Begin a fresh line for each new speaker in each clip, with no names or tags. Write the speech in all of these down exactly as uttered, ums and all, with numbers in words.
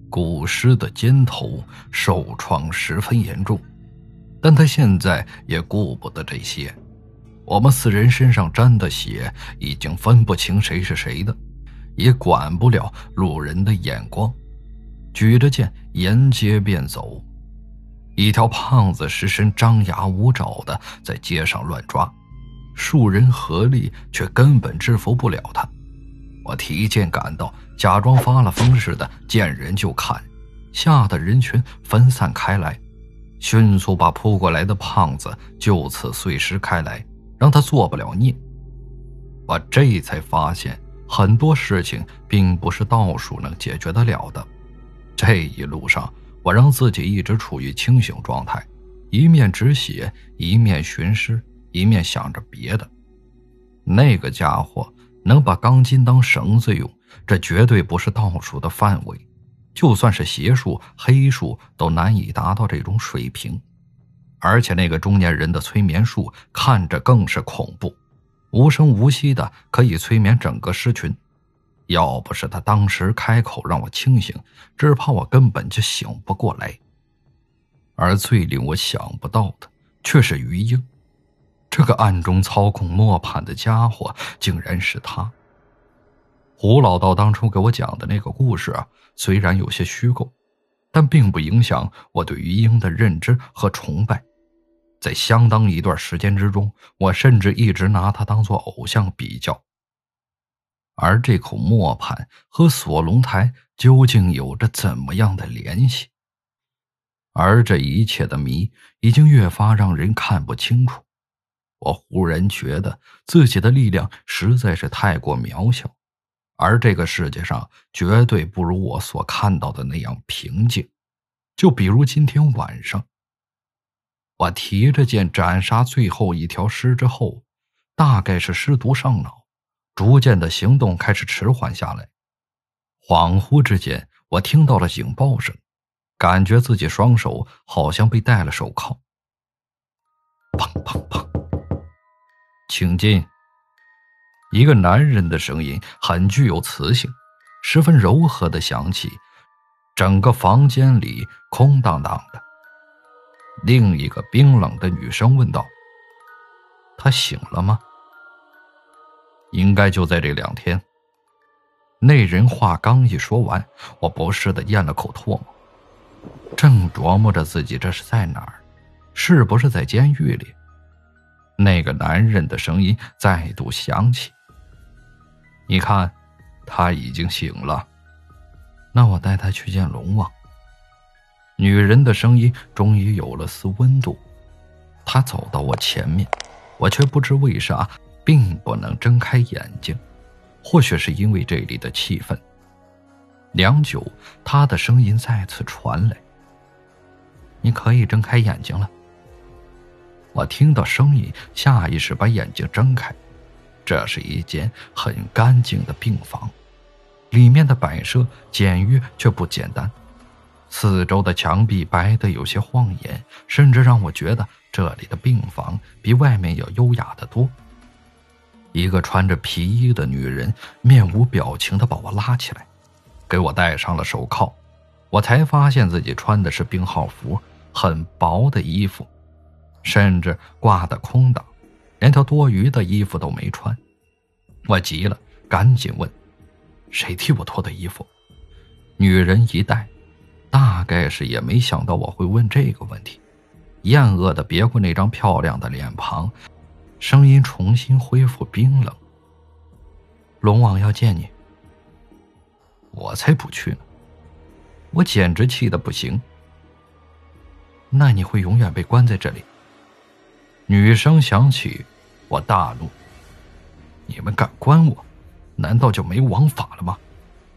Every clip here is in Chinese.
古尸的肩头受创十分严重，但他现在也顾不得这些。我们四人身上沾的血已经分不清谁是谁的，也管不了路人的眼光，举着剑沿街便走。一条胖子尸身张牙舞爪的在街上乱抓，数人合力却根本制服不了他。我提剑赶到，假装发了疯似的见人就砍，吓得人群分散开来，迅速把扑过来的胖子就此碎尸开来，让他做不了孽。我这才发现很多事情并不是道术能解决得了的。这一路上我让自己一直处于清醒状态，一面止血，一面寻尸，一面想着别的。那个家伙能把钢筋当绳子用，这绝对不是道术的范围，就算是邪术、黑术都难以达到这种水平。而且那个中年人的催眠术看着更是恐怖，无声无息的可以催眠整个尸群。要不是他当时开口让我清醒，只怕我根本就醒不过来。而最令我想不到的却是于英，这个暗中操控磨盘的家伙竟然是他。胡老道当初给我讲的那个故事啊，虽然有些虚构，但并不影响我对于英的认知和崇拜。在相当一段时间之中，我甚至一直拿他当作偶像比较。而这口磨盘和锁龙台究竟有着怎么样的联系？而这一切的谜已经越发让人看不清楚。我忽然觉得自己的力量实在是太过渺小，而这个世界上绝对不如我所看到的那样平静。就比如今天晚上，我提着剑斩杀最后一条尸之后，大概是尸毒上脑，逐渐的行动开始迟缓下来。恍惚之间，我听到了警报声，感觉自己双手好像被戴了手铐。砰砰砰，请进。一个男人的声音很具有磁性，十分柔和的响起，整个房间里空荡荡的。另一个冰冷的女声问道：他醒了吗？应该就在这两天。那人话刚一说完，我不适地咽了口唾沫，正琢磨着自己这是在哪儿，是不是在监狱里。那个男人的声音再度响起：你看，他已经醒了，那我带他去见龙王。女人的声音终于有了丝温度，她走到我前面，我却不知为啥并不能睁开眼睛，或许是因为这里的气氛。良久，她的声音再次传来：你可以睁开眼睛了。我听到声音，下意识把眼睛睁开。这是一间很干净的病房，里面的摆设简约却不简单，四周的墙壁白得有些晃眼，甚至让我觉得这里的病房比外面要优雅得多。一个穿着皮衣的女人面无表情地把我拉起来，给我戴上了手铐。我才发现自己穿的是病号服，很薄的衣服，甚至挂得空档，连条多余的衣服都没穿。我急了，赶紧问：谁替我脱的衣服？女人一呆，大概是也没想到我会问这个问题，厌恶地别过那张漂亮的脸庞，声音重新恢复冰冷：龙王要见你。我才不去呢，我简直气得不行。那你会永远被关在这里。女声响起，我大怒：你们敢关我，难道就没王法了吗？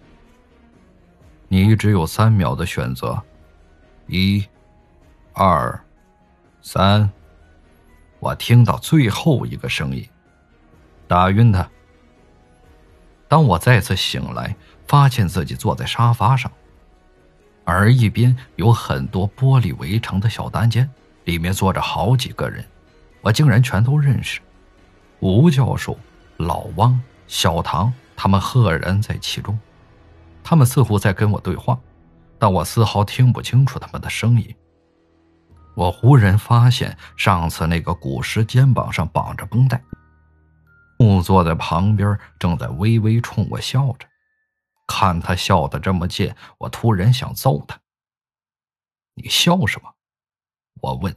你只有三秒的选择，一、二、三。我听到最后一个声音：打晕他。当我再次醒来，发现自己坐在沙发上，而一边有很多玻璃围成的小单间，里面坐着好几个人，我竟然全都认识。吴教授、老汪、小唐，他们赫然在其中。他们似乎在跟我对话， 但我丝毫听不清楚他们的声音。我忽然发现上次那个古尸肩膀上绑着绷带，木坐在旁边正在微微冲我笑着。看他笑得这么贱，我突然想揍他。你笑什么？我问。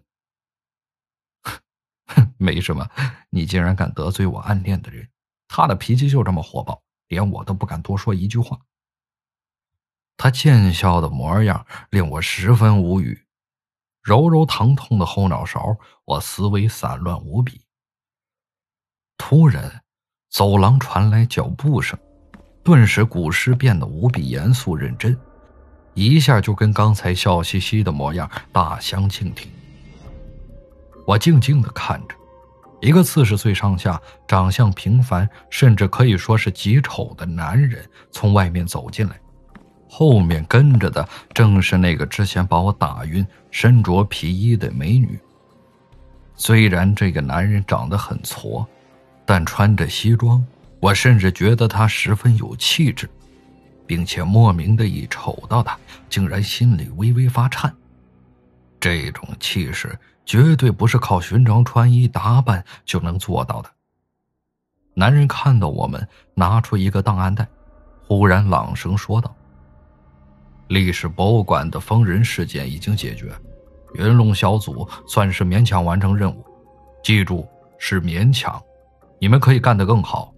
没什么，你竟然敢得罪我暗恋的人，他的脾气就这么火爆，连我都不敢多说一句话。他贱笑的模样令我十分无语，揉揉疼痛的后脑勺，我思维散乱无比。突然，走廊传来脚步声，顿时古尸变得无比严肃认真，一下就跟刚才笑嘻嘻的模样大相径庭。我静静地看着一个四十岁上下、长相平凡，甚至可以说是极丑的男人从外面走进来，后面跟着的正是那个之前把我打晕、身着皮衣的美女。虽然这个男人长得很矬，但穿着西装，我甚至觉得他十分有气质，并且莫名的一瞅到他，竟然心里微微发颤。这种气势绝对不是靠寻常穿衣打扮就能做到的。男人看到我们，拿出一个档案袋，忽然朗声说道：历史博物馆的疯人事件已经解决，云龙小组算是勉强完成任务，记住，是勉强，你们可以干得更好。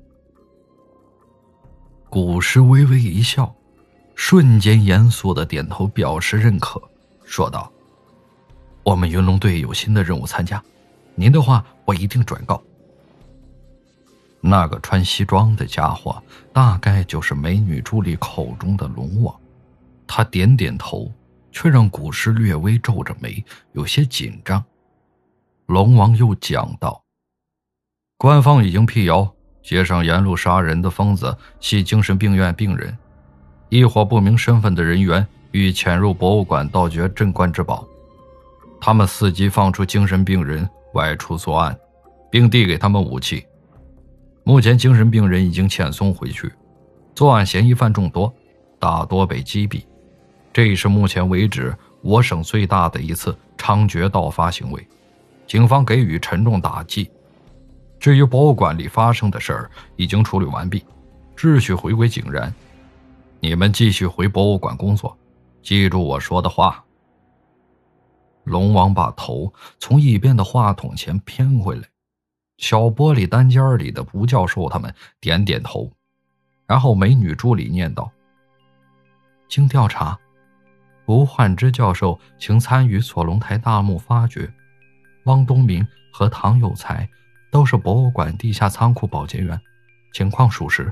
古尸微微一笑，瞬间严肃地点头表示认可，说道：我们云龙队有新的任务参加，您的话我一定转告。那个穿西装的家伙大概就是美女助理口中的龙王，他点点头，却让古尸略微皱着眉，有些紧张。龙王又讲道：官方已经辟谣，街上沿路杀人的疯子系精神病院病人，一伙不明身份的人员欲潜入博物馆盗掘镇馆之宝，他们伺机放出精神病人外出作案，并递给他们武器。目前精神病人已经遣送回去，作案嫌疑犯众多，大多被击毙。这是目前为止我省最大的一次猖獗盗发行为，警方给予沉重打击。至于博物馆里发生的事儿已经处理完毕，秩序回归井然。你们继续回博物馆工作，记住我说的话。龙王把头从一边的话筒前偏回来，小玻璃单间里的吴教授他们点点头，然后美女助理念道：经调查，吴焕之教授曾参与锁龙台大墓发掘，汪东明和唐有才都是博物馆地下仓库保洁员，情况属实。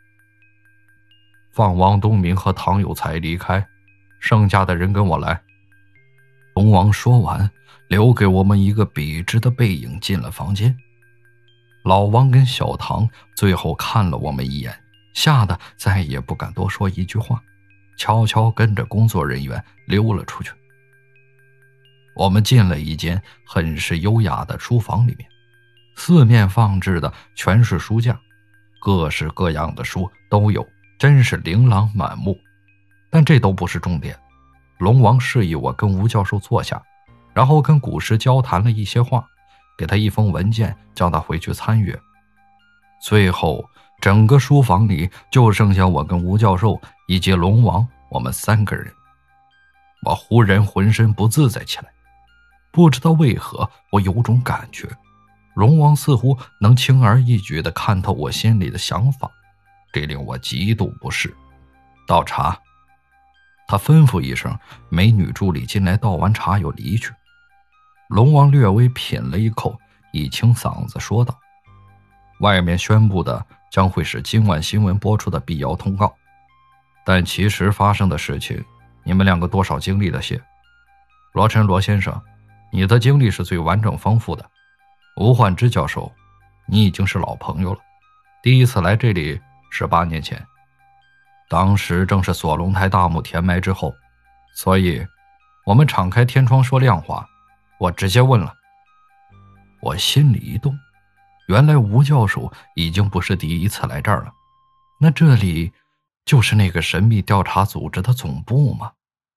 放汪东明和唐有才离开，剩下的人跟我来。龙王说完，留给我们一个笔直的背影进了房间。老王跟小唐最后看了我们一眼，吓得再也不敢多说一句话，悄悄跟着工作人员溜了出去。我们进了一间很是优雅的书房里面，四面放置的全是书架，各式各样的书都有，真是琳琅满目。但这都不是重点。龙王示意我跟吴教授坐下，然后跟古尸交谈了一些话，给他一封文件，叫他回去参阅。最后整个书房里就剩下我跟吴教授以及龙王，我们三个人。我忽然浑身不自在起来，不知道为何我有种感觉，龙王似乎能轻而易举地看透我心里的想法，这令我极度不适。倒茶。他吩咐一声，美女助理进来倒完茶又离去。龙王略微品了一口，一清嗓子说道：外面宣布的将会是今晚新闻播出的辟谣通告，但其实发生的事情你们两个多少经历了些。罗晨罗先生，你的经历是最完整丰富的。吴焕之教授，你已经是老朋友了，第一次来这里是八年前，当时正是锁龙台大墓填埋之后，所以我们敞开天窗说亮话，我直接问了。我心里一动，原来吴教授已经不是第一次来这儿了，那这里就是那个神秘调查组织的总部吗？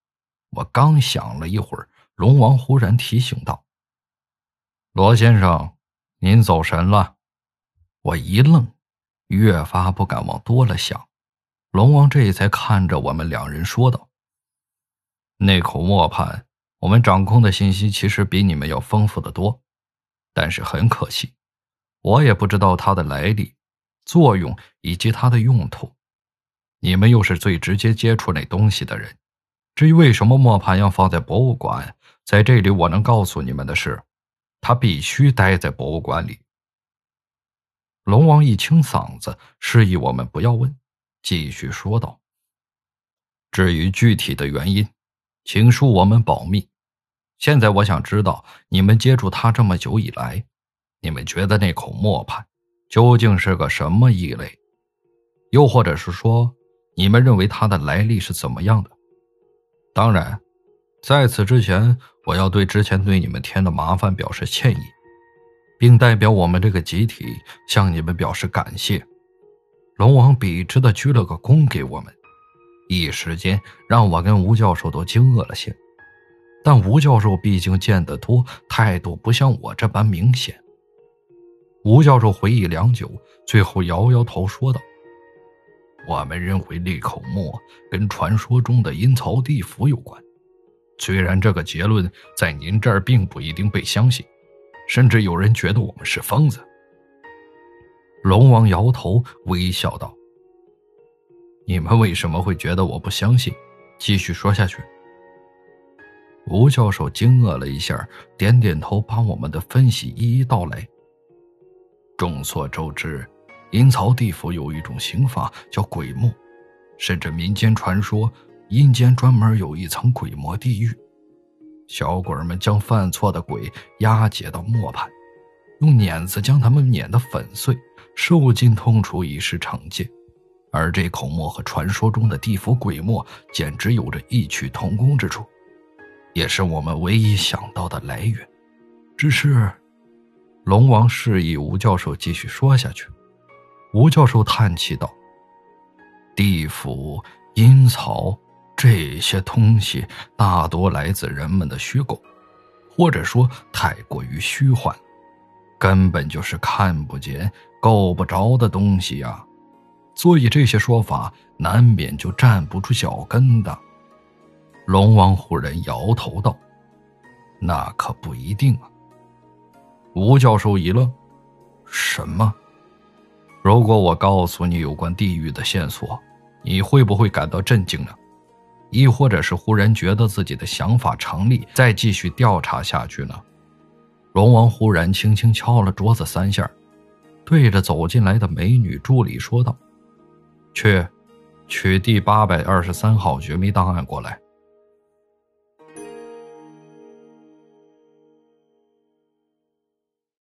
我刚想了一会儿，龙王忽然提醒道：“罗先生，您走神了。”我一愣，越发不敢往多了想。龙王这才看着我们两人说道：“那口磨盘，我们掌控的信息其实比你们要丰富得多，但是很可惜，我也不知道它的来历、作用以及它的用途。你们又是最直接接触那东西的人，至于为什么磨盘要放在博物馆，在这里我能告诉你们的是，它必须待在博物馆里。”龙王一清嗓子，示意我们不要问，继续说道：“至于具体的原因，请恕我们保密。现在我想知道，你们接触它这么久以来，你们觉得那口磨盘究竟是个什么异类？又或者是说，你们认为它的来历是怎么样的？当然，在此之前，我要对之前对你们添的麻烦表示歉意，并代表我们这个集体向你们表示感谢。”龙王笔直地鞠了个躬给我们，一时间让我跟吴教授都惊愕了些。但吴教授毕竟见得多，态度不像我这般明显。吴教授回忆良久，最后摇摇头说道：“我们认为那口沫跟传说中的阴曹地府有关，虽然这个结论在您这儿并不一定被相信，甚至有人觉得我们是疯子。”龙王摇头微笑道：“你们为什么会觉得我不相信？继续说下去。”吴教授惊愕了一下，点点头，把我们的分析一一道来。众所周知，阴曹地府有一种刑罚叫鬼墓，甚至民间传说阴间专门有一层鬼魔地狱，小鬼们将犯错的鬼押解到磨盘，用碾子将他们碾得粉碎，受尽痛楚以示惩戒。而这口沫和传说中的地府鬼沫简直有着异曲同工之处，也是我们唯一想到的来源。只是龙王示意吴教授继续说下去。吴教授叹气道：“地府、阴曹这些东西大多来自人们的虚构，或者说太过于虚幻，根本就是看不见、够不着的东西呀、啊。所以这些说法难免就站不住脚跟的。”龙王忽然摇头道：“那可不一定啊。”吴教授一愣：“什么？如果我告诉你有关地狱的线索，你会不会感到震惊呢？亦或者是忽然觉得自己的想法成立，再继续调查下去呢？”龙王忽然轻轻敲了桌子三下，对着走进来的美女助理说道：“去，取第八百二十三号绝密档案过来。”